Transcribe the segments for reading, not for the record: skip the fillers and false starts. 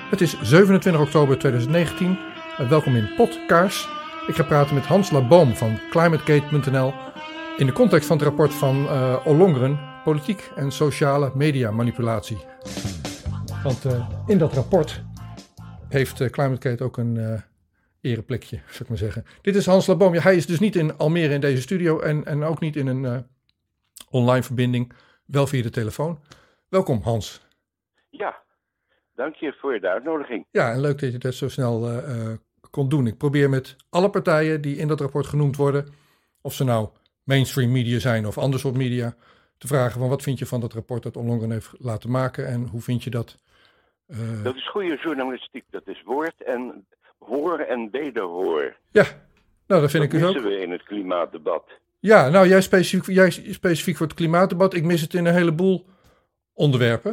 Het is 27 oktober 2019. Welkom in Podkaars. Ik ga praten met Hans Laboom van climategate.nl in de context van het rapport van Ollongren, politiek en sociale media manipulatie. Want in dat rapport heeft Climategate ook een ereplekje, zou ik maar zeggen. Dit is Hans Laboom. Ja, hij is dus niet in Almere in deze studio en ook niet in een online verbinding, wel via de telefoon. Welkom Hans. Ja, dank je voor de uitnodiging. Ja, en leuk dat je dat zo snel kon doen. Ik probeer met alle partijen die in dat rapport genoemd worden, of ze nou mainstream media zijn of ander soort media, te vragen van wat vind je van dat rapport dat Ollongren heeft laten maken en hoe vind je dat? Dat is goede journalistiek, dat is woord en hoor en wederhoor. Ja, nou dat vind ik dus ook. Dat missen we in het klimaatdebat. Ja, nou jij specifiek voor het klimaatdebat. Ik mis het in een heleboel onderwerpen.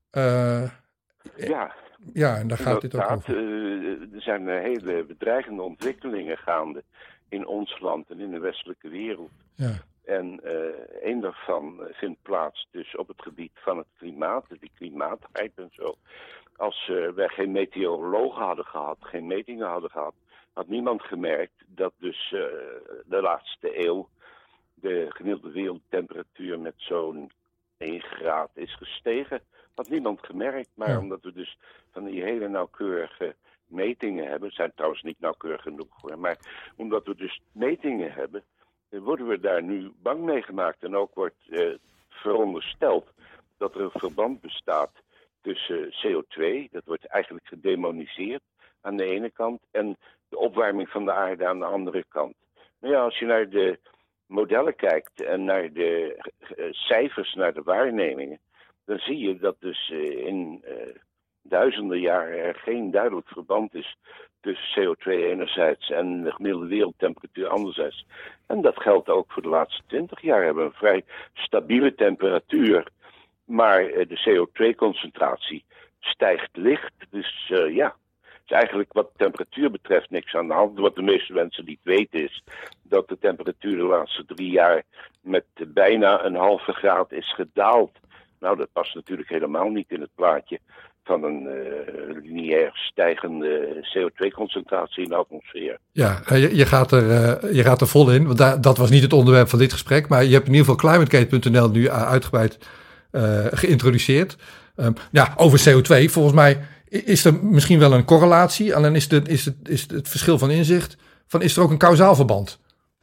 Ja, en daar gaat dit ook over. Er zijn hele bedreigende ontwikkelingen gaande in ons land en in de westelijke wereld. Ja. En een daarvan vindt plaats dus op het gebied van het klimaat, die klimaatheid en zo. Als wij geen meteorologen hadden gehad, geen metingen hadden gehad, had niemand gemerkt dat dus de laatste eeuw de gemiddelde wereldtemperatuur met zo'n 1 graad is gestegen. Had niemand gemerkt, maar omdat we dus van die hele nauwkeurige metingen hebben, zijn trouwens niet nauwkeurig genoeg hoor, maar omdat we dus metingen hebben, worden we daar nu bang mee gemaakt. En ook wordt verondersteld dat er een verband bestaat tussen CO2, dat wordt eigenlijk gedemoniseerd aan de ene kant, en de opwarming van de aarde aan de andere kant. Nou ja, als je naar de modellen kijkt en naar de cijfers, naar de waarnemingen, dan zie je dat dus in duizenden jaren er geen duidelijk verband is tussen CO2 enerzijds en de gemiddelde wereldtemperatuur anderzijds. En dat geldt ook voor de laatste 20 jaar. We hebben een vrij stabiele temperatuur, maar de CO2-concentratie stijgt licht. Dus is eigenlijk wat de temperatuur betreft niks aan de hand. Wat de meeste mensen niet weten is dat de temperatuur de laatste 3 jaar met bijna 1,5 graad is gedaald. Nou, dat past natuurlijk helemaal niet in het plaatje van een lineair stijgende CO2-concentratie in de atmosfeer. Ja, je gaat er vol in, want dat was niet het onderwerp van dit gesprek, maar je hebt in ieder geval climategate.nl nu uitgebreid geïntroduceerd. Over CO2, volgens mij is er misschien wel een correlatie, alleen is het verschil van inzicht, is er ook een kausaal verband?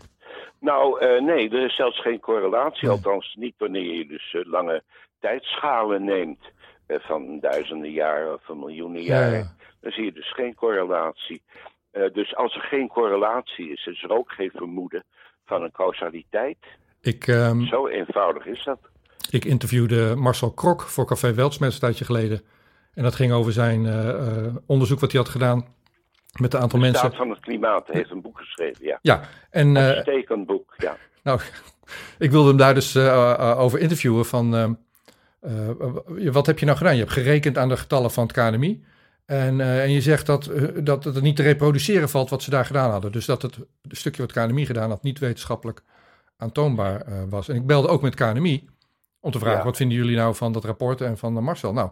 Nou, nee, er is zelfs geen correlatie, althans niet wanneer je dus lange tijdschalen neemt van duizenden jaren of van miljoenen jaren. Ja. Dan zie je dus geen correlatie. Dus als er geen correlatie is er ook geen vermoeden van een causaliteit. Zo eenvoudig is dat. Ik interviewde Marcel Krok voor Café Weltschmerz een tijdje geleden. En dat ging over zijn onderzoek wat hij had gedaan met een aantal mensen. De Staat van het Klimaat heeft een boek geschreven, ja. Ja. Een uitstekend boek, ja. Nou, ik wilde hem daar dus over interviewen van wat heb je nou gedaan? Je hebt gerekend aan de getallen van het KNMI. En je zegt dat het niet te reproduceren valt wat ze daar gedaan hadden. Dus dat het stukje wat het KNMI gedaan had niet wetenschappelijk aantoonbaar was. En ik belde ook met KNMI om te vragen, wat vinden jullie nou van dat rapport en van Marcel? Nou,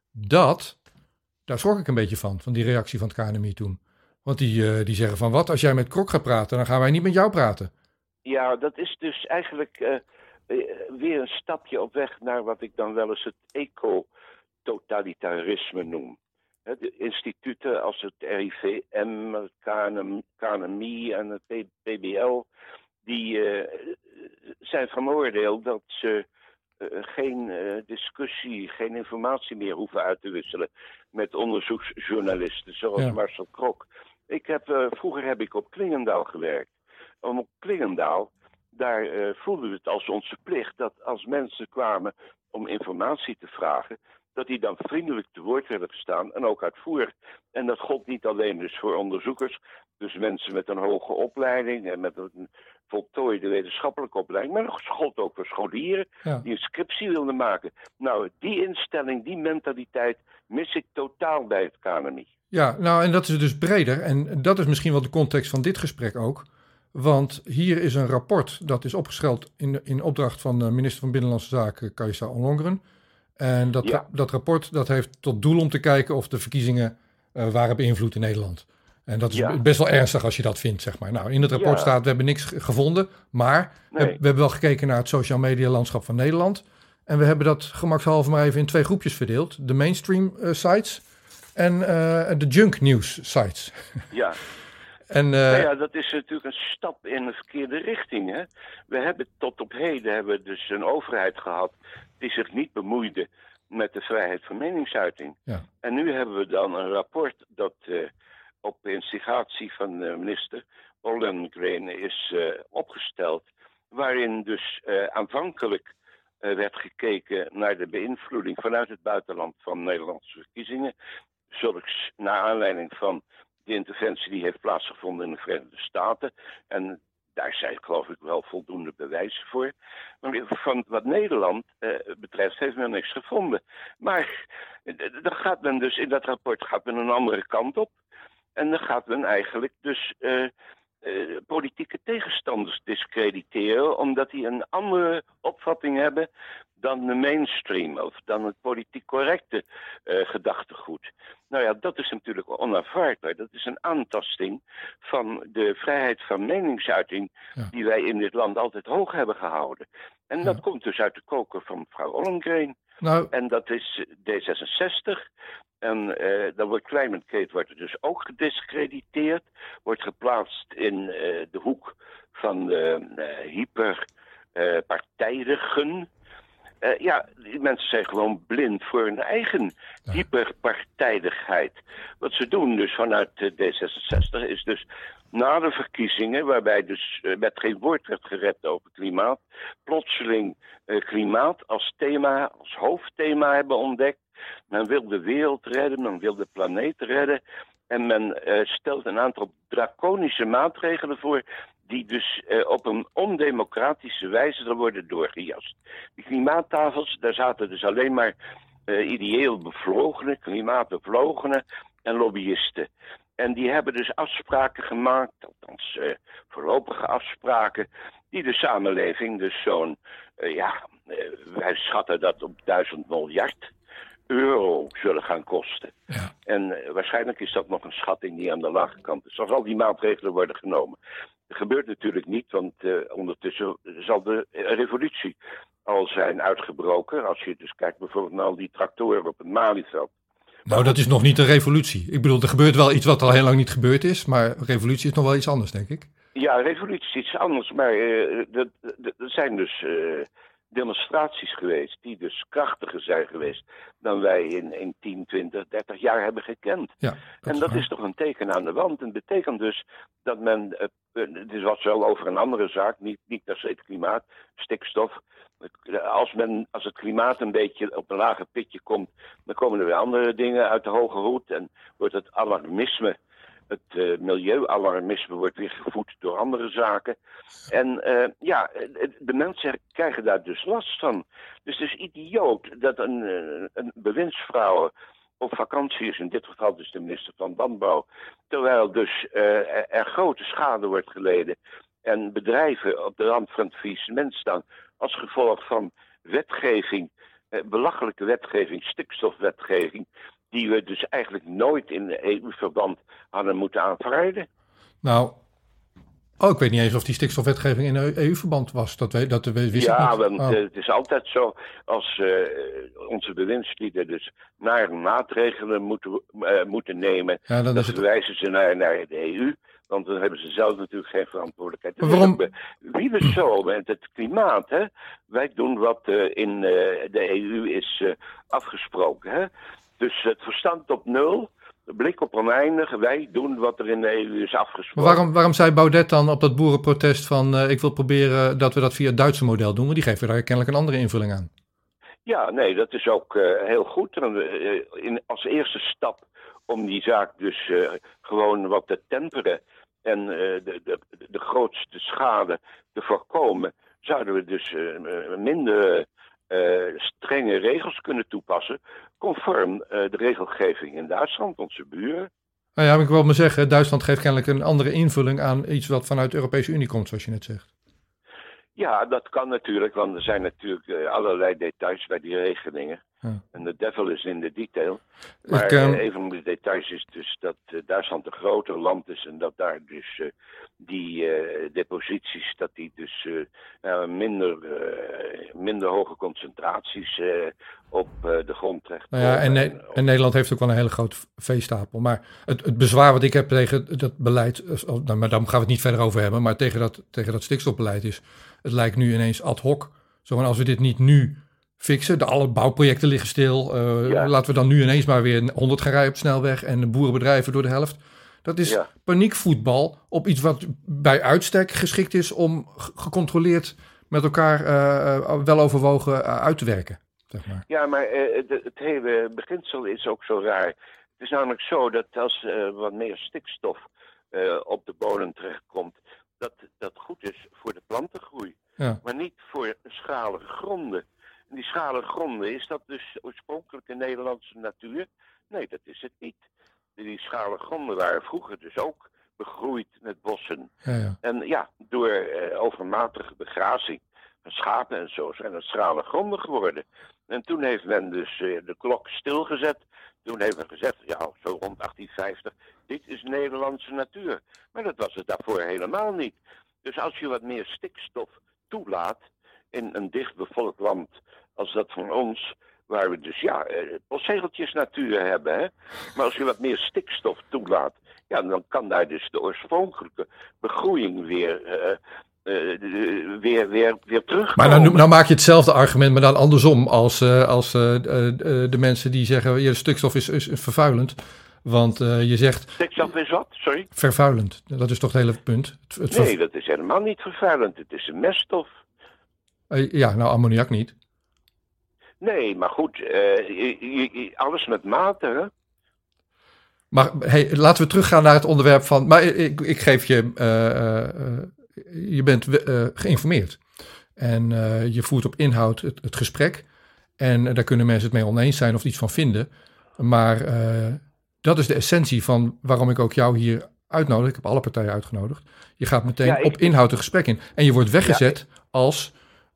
daar schrok ik een beetje van die reactie van het KNMI toen. Want die zeggen van wat, als jij met Krok gaat praten, dan gaan wij niet met jou praten. Ja, dat is dus eigenlijk weer een stapje op weg naar wat ik dan wel eens het eco-totalitarisme noem. De instituten als het RIVM, het KNMI en het PBL, die zijn van oordeel dat ze geen discussie, geen informatie meer hoeven uit te wisselen met onderzoeksjournalisten zoals Marcel Krok. Vroeger heb ik op Klingendaal gewerkt. Op Klingendaal, daar voelden we het als onze plicht dat als mensen kwamen om informatie te vragen, dat die dan vriendelijk te woord werden gestaan en ook uitvoerig. En dat gold niet alleen dus voor onderzoekers, dus mensen met een hoge opleiding en met een voltooide wetenschappelijke opleiding, maar dat gold ook voor scholieren die een scriptie wilden maken. Nou, die instelling, die mentaliteit mis ik totaal bij het KNMI. Ja, nou en dat is dus breder en dat is misschien wel de context van dit gesprek ook. Want hier is een rapport dat is opgesteld in opdracht van de minister van Binnenlandse Zaken, Kajsa Ollongren. En dat rapport dat heeft tot doel om te kijken of de verkiezingen waren beïnvloed in Nederland. En dat is best wel ernstig als je dat vindt, zeg maar. Nou, in het rapport staat, we hebben niks gevonden, maar we hebben wel gekeken naar het social media landschap van Nederland. En we hebben dat gemakshalve maar even in 2 groepjes verdeeld. De mainstream sites en de junk news sites. Ja. Dat is natuurlijk een stap in de verkeerde richting. Hè? We hebben tot op heden dus een overheid gehad die zich niet bemoeide met de vrijheid van meningsuiting. Ja. En nu hebben we dan een rapport dat op instigatie van minister Ollongren is opgesteld, waarin dus aanvankelijk werd gekeken naar de beïnvloeding vanuit het buitenland van Nederlandse verkiezingen. Zulks naar aanleiding van de interventie die heeft plaatsgevonden in de Verenigde Staten. En daar zijn geloof ik wel voldoende bewijzen voor. Maar van wat Nederland betreft heeft men niks gevonden. Maar dan gaat men dus in dat rapport een andere kant op. En dan gaat men eigenlijk dus politieke tegenstanders discrediteren, omdat die een andere opvatting hebben dan de mainstream of dan het politiek correcte gedachtegoed. Nou ja, dat is natuurlijk onaanvaardbaar. Dat is een aantasting van de vrijheid van meningsuiting die wij in dit land altijd hoog hebben gehouden. En dat komt dus uit de koker van mevrouw Ollongren. Nou. En dat is D66. En dan wordt Climate wordt er dus ook gediscrediteerd. Wordt geplaatst in de hoek van de hyperpartijdigen. Die mensen zijn gewoon blind voor hun eigen hyperpartijdigheid. Wat ze doen dus vanuit D66 is dus na de verkiezingen, waarbij dus met geen woord werd gerept over klimaat, plotseling klimaat als thema, als hoofdthema hebben ontdekt. Men wil de wereld redden, men wil de planeet redden. En men stelt een aantal draconische maatregelen voor die dus op een ondemocratische wijze er worden doorgejast. Die klimaattafels, daar zaten dus alleen maar ideeel bevlogenen, klimaatbevlogenen en lobbyisten. En die hebben dus afspraken gemaakt, althans voorlopige afspraken, die de samenleving dus zo'n, wij schatten dat op 1000 miljard euro zullen gaan kosten. Ja. En waarschijnlijk is dat nog een schatting die aan de lage kant is. Als al die maatregelen worden genomen. Dat gebeurt natuurlijk niet, want ondertussen zal de revolutie al zijn uitgebroken. Als je dus kijkt bijvoorbeeld naar al die tractoren op het Malieveld. Nou, dat is nog niet een revolutie. Ik bedoel, er gebeurt wel iets wat al heel lang niet gebeurd is, maar revolutie is nog wel iets anders, denk ik. Ja, revolutie is iets anders, maar er zijn dus demonstraties geweest die dus krachtiger zijn geweest dan wij in 10, 20, 30 jaar hebben gekend. Ja, dat is toch een teken aan de wand. En het betekent dus dat men, dit was wel over een andere zaak, niet per se het klimaat, stikstof. Als het klimaat een beetje op een lager pitje komt, dan komen er weer andere dingen uit de hoge hoed en wordt het alarmisme, het milieualarmisme wordt weer gevoed door andere zaken. En de mensen krijgen daar dus last van. Dus het is idioot dat een bewindsvrouw op vakantie is, in dit geval dus de minister van Landbouw, terwijl dus er grote schade wordt geleden en bedrijven op de rand van het faillissement staan als gevolg van wetgeving, belachelijke wetgeving, stikstofwetgeving, die we dus eigenlijk nooit in EU-verband hadden moeten aanvaarden. Nou, ik weet niet eens of die stikstofwetgeving in EU-verband was. Dat wist ik niet. Ja, want het is altijd zo, als onze bewindslieden dus naar maatregelen moeten nemen, dan verwijzen ze naar de EU. Want dan hebben ze zelf natuurlijk geen verantwoordelijkheid. Dus waarom? Wie we zo met het klimaat, hè? Wij doen wat in de EU is afgesproken, hè? Dus het verstand op nul, de blik op oneindig, wij doen wat er in de EU is afgesproken. Maar waarom zei Baudet dan op dat boerenprotest van ik wil proberen dat we dat via het Duitse model doen, want die geven daar kennelijk een andere invulling aan. Ja, nee, dat is ook heel goed. Als eerste stap om die zaak dus gewoon wat te temperen en de grootste schade te voorkomen, zouden we dus minder strenge regels kunnen toepassen, conform de regelgeving in Duitsland, onze buren. Nou ja, maar ik wil maar zeggen, Duitsland geeft kennelijk een andere invulling aan iets wat vanuit de Europese Unie komt, zoals je net zegt. Ja, dat kan natuurlijk, want er zijn natuurlijk allerlei details bij die regelingen. Ja. En de devil is in de detail. Maar een van de details is dus dat Duitsland een groter land is en dat daar dus die deposities, dat die dus minder hoge concentraties op de grond terecht. Nou ja, en Nederland heeft ook wel een hele grote veestapel. Maar het bezwaar wat ik heb tegen dat beleid, maar daar gaan we het niet verder over hebben, maar tegen dat stikstofbeleid is, het lijkt nu ineens ad hoc. Zo van als we dit niet nu fixen, alle bouwprojecten liggen stil, laten we dan nu ineens maar weer 100 gaan rijden op de snelweg en de boerenbedrijven door de helft. Dat is paniekvoetbal op iets wat bij uitstek geschikt is om gecontroleerd met elkaar wel overwogen uit te werken. Zeg maar. Ja, maar het hele beginsel is ook zo raar. Het is namelijk zo dat als wat meer stikstof op de bodem terechtkomt, dat goed is voor de plantengroei. Ja. Maar niet voor schalige gronden. En die schalige gronden, is dat dus oorspronkelijke Nederlandse natuur? Nee, dat is het niet. Die schalige gronden waren vroeger dus ook begroeid met bossen. Ja. En door overmatige begrazing van schapen en zo zijn het schrale gronden geworden. En toen heeft men dus de klok stilgezet. Toen heeft men gezegd, zo rond 1850, dit is Nederlandse natuur. Maar dat was het daarvoor helemaal niet. Dus als je wat meer stikstof toelaat in een dichtbevolkt land als dat van ons, waar we dus postzegeltjes natuur hebben, hè. Maar als je wat meer stikstof toelaat, dan kan daar dus de oorspronkelijke begroeiing weer terugkomen. Maar nou maak je hetzelfde argument, maar dan andersom als de mensen die zeggen, stikstof is vervuilend. Want je zegt... Stikstof is wat? Sorry? Vervuilend. Dat is toch het hele punt? Nee, dat is helemaal niet vervuilend. Het is een meststof. Ammoniak niet. Nee, maar goed, alles met mate, hè? Maar laten we teruggaan naar het onderwerp van... Maar ik geef je... je bent geïnformeerd. En je voert op inhoud het gesprek. En daar kunnen mensen het mee oneens zijn of iets van vinden. Maar dat is de essentie van waarom ik ook jou hier uitnodig. Ik heb alle partijen uitgenodigd. Je gaat meteen op inhoud een gesprek in. En je wordt weggezet als...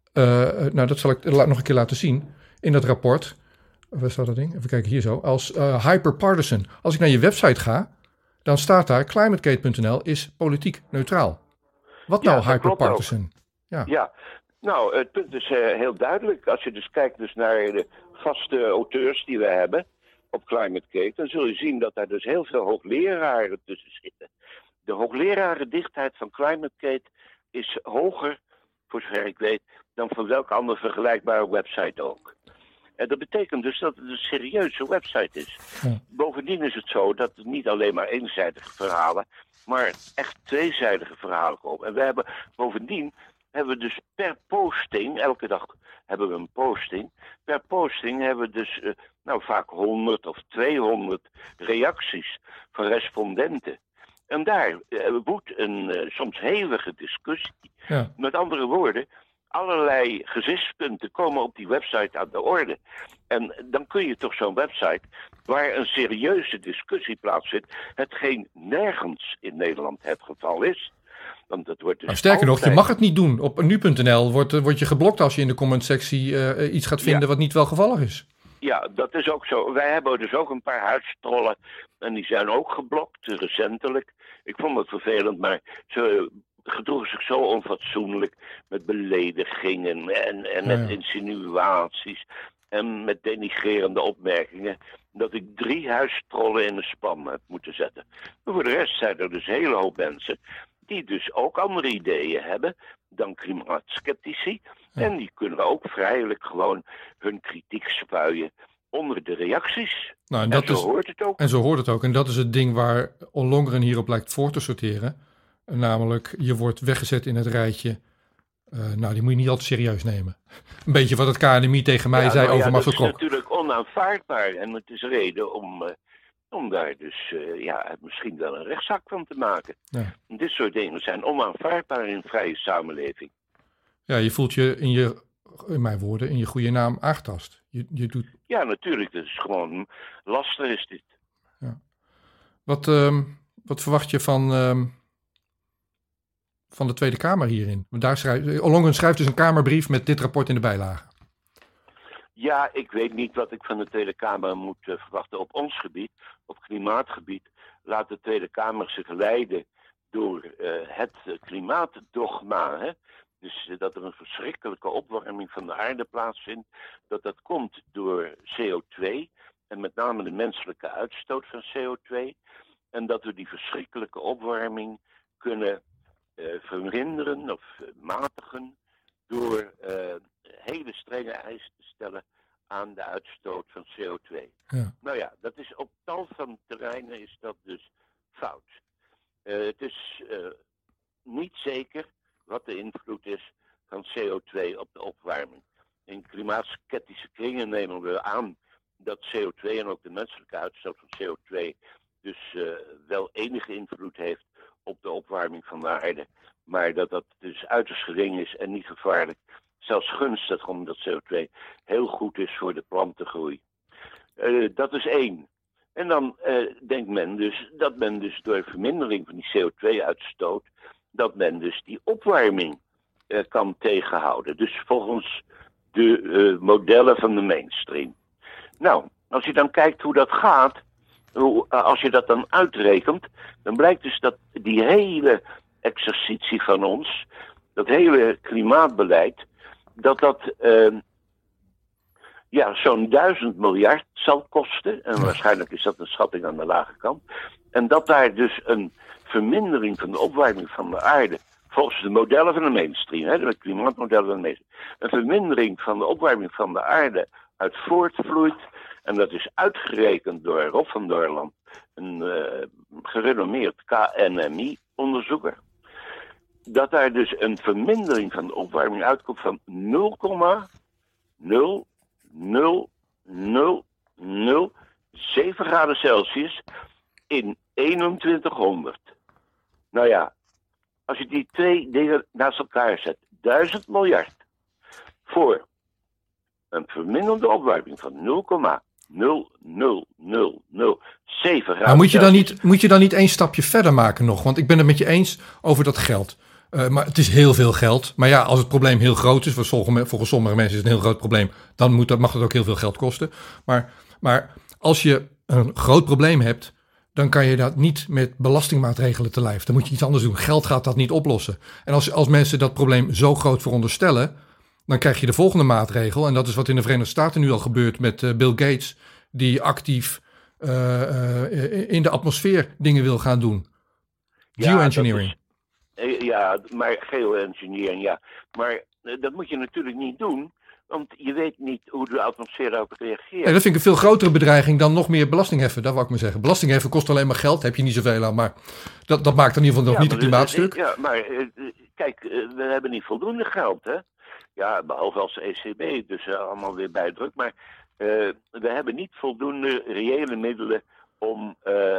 dat zal ik nog een keer laten zien. In dat rapport. Waar staat dat ding? Even kijken, hier zo. Als hyperpartisan. Als ik naar je website ga, dan staat daar climategate.nl is politiek neutraal. Wat nou hyperpartisan? Ja, nou, het punt is heel duidelijk. Als je dus kijkt dus naar de vaste auteurs die we hebben op ClimateGate, dan zul je zien dat daar dus heel veel hoogleraren tussen zitten. De hooglerarendichtheid van ClimateGate is hoger, voor zover ik weet, dan van welke andere vergelijkbare website ook. En dat betekent dus dat het een serieuze website is. Ja. Bovendien is het zo dat het niet alleen maar eenzijdige verhalen, maar echt tweezijdige verhalen komen. En bovendien hebben we dus per posting, elke dag hebben we een posting. Per posting hebben we dus vaak 100 of 200 reacties van respondenten. En daar woedt een soms hevige discussie. Ja. Met andere woorden, allerlei gezichtspunten komen op die website aan de orde. En dan kun je toch zo'n website waar een serieuze discussie plaatsvindt, hetgeen nergens in Nederland het geval is. Want dat wordt dus sterker nog, je mag het niet doen. Op nu.nl word je geblokt als je in de commentsectie iets gaat vinden wat niet welgevallig is. Ja, dat is ook zo. Wij hebben dus ook een paar huidstrollen en die zijn ook geblokt, recentelijk. Ik vond het vervelend, maar ze gedroegen zich zo onfatsoenlijk met beledigingen en met insinuaties en met denigrerende opmerkingen, dat ik 3 huistrollen in de spam heb moeten zetten. Maar voor de rest zijn er dus een hele hoop mensen die dus ook andere ideeën hebben dan klimaatskeptici. Ja. En die kunnen ook vrijelijk gewoon hun kritiek spuien onder de reacties. Nou, en zo hoort het ook. En zo hoort het ook. En dat is het ding waar Ollongren hierop lijkt voor te sorteren. Namelijk, je wordt weggezet in het rijtje. Die moet je niet altijd serieus nemen. Een beetje wat het KNMI tegen mij zei over Marcel Kok. Dat is natuurlijk onaanvaardbaar. En het is reden om daar dus misschien wel een rechtszaak van te maken. Ja. Dit soort dingen zijn onaanvaardbaar in een vrije samenleving. Ja, je voelt je in mijn woorden, in je goede naam aangetast. Je doet... Ja, natuurlijk. Dat is gewoon laster is dit. Ja. Wat verwacht je van de Tweede Kamer hierin? Want Ollongren schrijft dus een Kamerbrief met dit rapport in de bijlage. Ja, ik weet niet wat ik van de Tweede Kamer moet verwachten op ons gebied, op klimaatgebied. Laat de Tweede Kamer zich leiden door het klimaatdogma. Hè? Dus dat er een verschrikkelijke opwarming van de aarde plaatsvindt. Dat komt door CO2 en met name de menselijke uitstoot van CO2. En dat we die verschrikkelijke opwarming kunnen verminderen of matigen door hele strenge eisen te stellen aan de uitstoot van CO2. Ja. Nou ja, dat is op tal van terreinen is dat dus fout. Het is niet zeker wat de invloed is van CO2 op de opwarming. In klimaatskeptische kringen nemen we aan dat CO2 en ook de menselijke uitstoot van CO2 dus wel enige invloed heeft op de opwarming van de aarde. Maar dat dat dus uiterst gering is en niet gevaarlijk. Zelfs gunstig, omdat CO2 heel goed is voor de plantengroei. Dat is één. En dan denkt men dus dat men dus door vermindering van die CO2-uitstoot, dat men dus die opwarming kan tegenhouden. Dus volgens de modellen van de mainstream. Nou, als je dan kijkt hoe dat gaat, als je dat dan uitrekent, dan blijkt dus dat die hele exercitie van ons, dat hele klimaatbeleid, dat zo'n 1000 miljard zal kosten. En waarschijnlijk is dat een schatting aan de lage kant. En dat daar dus een vermindering van de opwarming van de aarde, volgens de modellen van de mainstream, de klimaatmodellen van de mainstream, een vermindering van de opwarming van de aarde uit voortvloeit. En dat is uitgerekend door Rob van Doorland, een gerenommeerd KNMI-onderzoeker. Dat daar dus een vermindering van de opwarming uitkomt van 0,00007 graden Celsius in 2100. Nou ja, als je die twee dingen naast elkaar zet, 1000 miljard voor een verminderde opwarming van 0,00007 graden. Maar moet je dan niet één stapje verder maken nog? Want ik ben het met je eens over dat geld. Maar het is heel veel geld. Maar ja, als het probleem heel groot is, volgens sommige mensen is het een heel groot probleem, dan mag het ook heel veel geld kosten. Maar als je een groot probleem hebt, dan kan je dat niet met belastingmaatregelen te lijf. Dan moet je iets anders doen. Geld gaat dat niet oplossen. En als mensen dat probleem zo groot veronderstellen, dan krijg je de volgende maatregel. En dat is wat in de Verenigde Staten nu al gebeurt met Bill Gates, die actief in de atmosfeer dingen wil gaan doen. Geoengineering. Ja, maar geoengineering, ja. Maar dat moet je natuurlijk niet doen, want je weet niet hoe de atmosfeer daarop reageert. Ja, dat vind ik een veel grotere bedreiging dan nog meer belasting heffen. Dat wou ik maar zeggen. Belasting heffen kost alleen maar geld, heb je niet zoveel aan. Maar dat maakt in ieder geval nog niet het klimaatstuk. Ja, maar kijk, we hebben niet voldoende geld, hè. Ja, behalve als ECB, dus allemaal weer bijdruk. Maar we hebben niet voldoende reële middelen om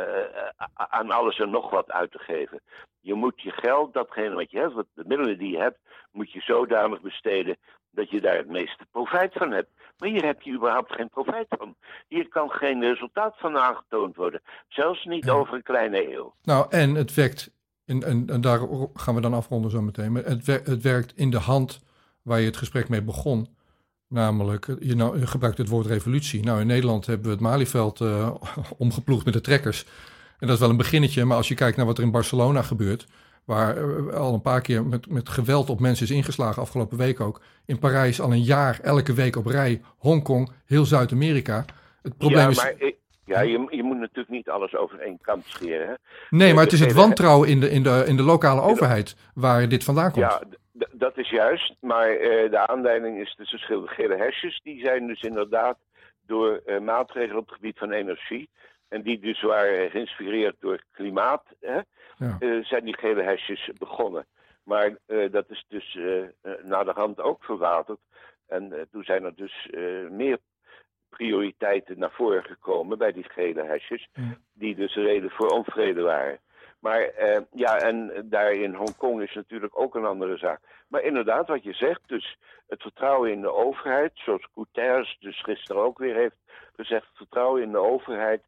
aan alles en nog wat uit te geven. Je moet je geld, datgene wat je hebt, de middelen die je hebt, moet je zodanig besteden dat je daar het meeste profijt van hebt. Maar hier heb je überhaupt geen profijt van. Hier kan geen resultaat van aangetoond worden. Zelfs niet over een kleine eeuw. Nou, en het werkt, en daar gaan we dan afronden zo meteen, maar het werkt in de hand waar je het gesprek mee begon. Namelijk, je gebruikt het woord revolutie. Nou, in Nederland hebben we het Malieveld omgeploegd met de trekkers. En dat is wel een beginnetje, maar als je kijkt naar wat er in Barcelona gebeurt, waar al een paar keer met geweld op mensen is ingeslagen, afgelopen week ook. In Parijs al een jaar, elke week op rij. Hongkong, heel Zuid-Amerika. Het probleem is... Je moet natuurlijk niet alles over één kant scheren. Hè? Nee, maar het is het wantrouwen in de lokale overheid waar dit vandaan komt. Ja, dat is juist. Maar de aanleiding is de verschillende gele hesjes. Die zijn dus inderdaad door maatregelen op het gebied van energie. En die dus waren geïnspireerd door klimaat. Hè, zijn die gele hesjes begonnen. Maar dat is dus naar de hand ook verwaterd. En toen zijn er dus meer prioriteiten naar voren gekomen bij die gele hesjes. Die dus reden voor onvrede waren. Maar en daar in Hongkong is natuurlijk ook een andere zaak. Maar inderdaad, wat je zegt, dus het vertrouwen in de overheid, zoals Guterres dus gisteren ook weer heeft gezegd, het vertrouwen in de overheid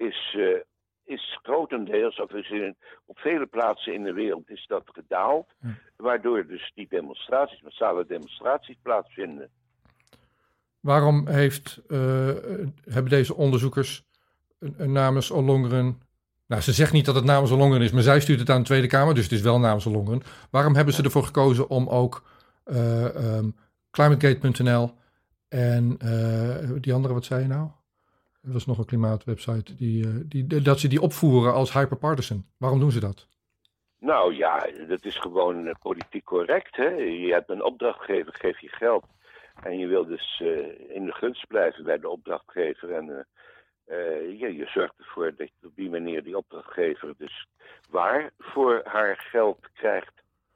is grotendeels, of op vele plaatsen in de wereld is dat gedaald. Waardoor dus die massale demonstraties plaatsvinden. Waarom hebben deze onderzoekers namens Ollongren... Nou, ze zegt niet dat het namens Ollongren is, maar zij stuurt het aan de Tweede Kamer, dus het is wel namens Ollongren. Waarom hebben ze ervoor gekozen om ook climategate.nl en die andere, wat zei je nou? Er was nog een klimaatwebsite, dat ze die opvoeren als hyperpartisan. Waarom doen ze dat? Nou ja, dat is gewoon politiek correct. Hè? Je hebt een opdrachtgever, geef je geld. En je wil dus in de gunst blijven bij de opdrachtgever. En je zorgt ervoor dat je op die manier die opdrachtgever dus waar voor haar geld krijgt.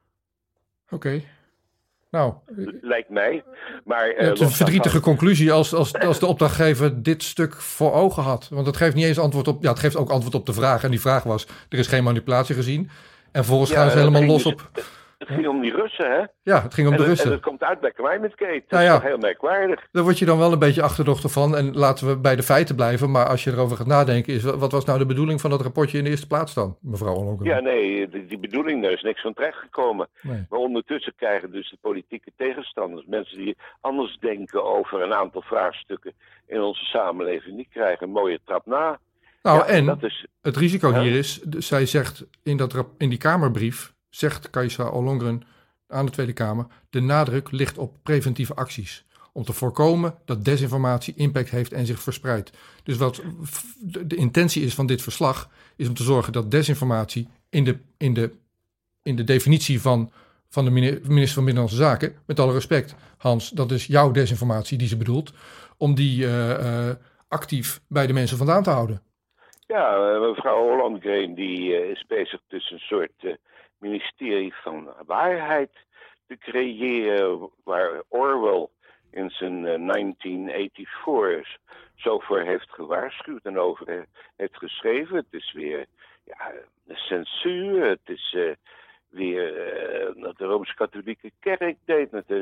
Oké. Nou, lijkt mij. Maar, het is een verdrietige conclusie als de opdrachtgever dit stuk voor ogen had. Want het geeft niet eens antwoord op... Ja, het geeft ook antwoord op de vraag. En die vraag was, er is geen manipulatie gezien. En vervolgens gaan ze helemaal los op... Het ging om die Russen, hè? Ja, het ging om de Russen. En dat komt uit bij Climategate. Dat is toch heel merkwaardig. Daar word je dan wel een beetje achterdochter van. En laten we bij de feiten blijven. Maar als je erover gaat nadenken, wat was nou de bedoeling van dat rapportje in de eerste plaats dan, mevrouw Ollongren? Ja, nee, die bedoeling, daar is niks van terechtgekomen. Nee. Maar ondertussen krijgen dus de politieke tegenstanders, mensen die anders denken over een aantal vraagstukken in onze samenleving, die krijgen een mooie trap na. Nou, ja, en dat is, het risico hier is, zij zegt in die Kamerbrief, zegt Kajsa Ollongren aan de Tweede Kamer, de nadruk ligt op preventieve acties. Om te voorkomen dat desinformatie impact heeft en zich verspreidt. Dus wat de intentie is van dit verslag, is om te zorgen dat desinformatie in de definitie van de minister van Binnenlandse Zaken, met alle respect, Hans, dat is jouw desinformatie die ze bedoelt, om die actief bij de mensen vandaan te houden. Ja, mevrouw Ollongren die is bezig dus een soort ministerie van waarheid te creëren, waar Orwell in zijn 1984 zo voor heeft gewaarschuwd en over heeft geschreven. Het is weer censuur, het is weer wat de Rooms-Katholieke Kerk deed met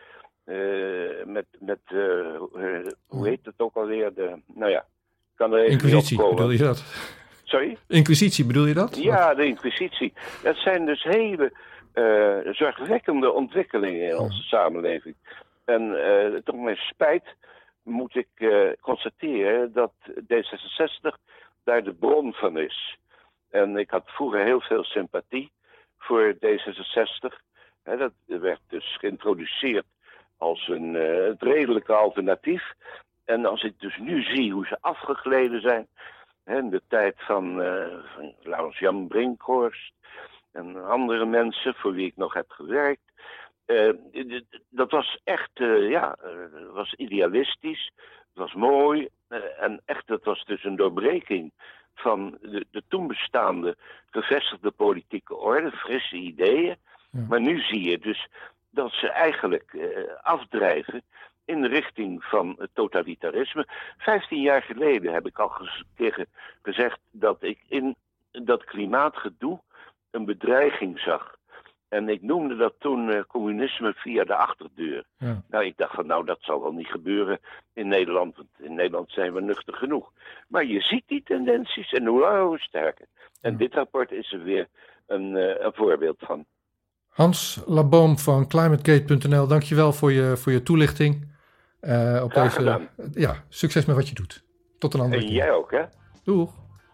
hoe heet het ook alweer? Kan er even Inquisitie, bedoel je dat? Sorry? Inquisitie, bedoel je dat? Ja, de Inquisitie. Dat zijn dus hele zorgwekkende ontwikkelingen in onze samenleving. En tot mijn spijt moet ik constateren dat D66 daar de bron van is. En ik had vroeger heel veel sympathie voor D66. Dat werd dus geïntroduceerd als het redelijke alternatief. En als ik dus nu zie hoe ze afgegleden zijn, in de tijd van Laurens-Jan Brinkhorst en andere mensen voor wie ik nog heb gewerkt. Dat was echt, was idealistisch, het was mooi en echt, dat was dus een doorbreking van de toen bestaande gevestigde politieke orde, frisse ideeën. Ja. Maar nu zie je dus dat ze eigenlijk afdrijven in de richting van het totalitarisme. 15 jaar geleden heb ik al gezegd dat ik in dat klimaatgedoe een bedreiging zag. En ik noemde dat toen communisme via de achterdeur. Ja. Nou, ik dacht van dat zal wel niet gebeuren in Nederland. Want in Nederland zijn we nuchter genoeg. Maar je ziet die tendenties en hoe sterker. En dit rapport is er weer een voorbeeld van. Hans Laboom van climategate.nl, dankjewel voor je toelichting. Graag gedaan. Ja, succes met wat je doet. Tot een andere keer. En jij ook, hè? Doeg.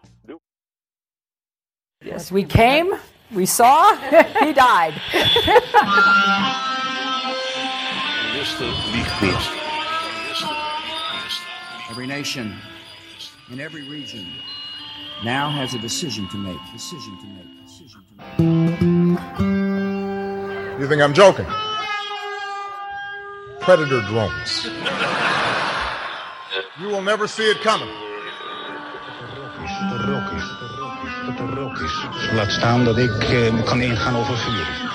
Yes, we came, we saw, he died. Every nation in every region now has a decision to make. You think I'm joking? Predator drones. You will never see it coming. Laat staan dat ik kan ingaan over vuur.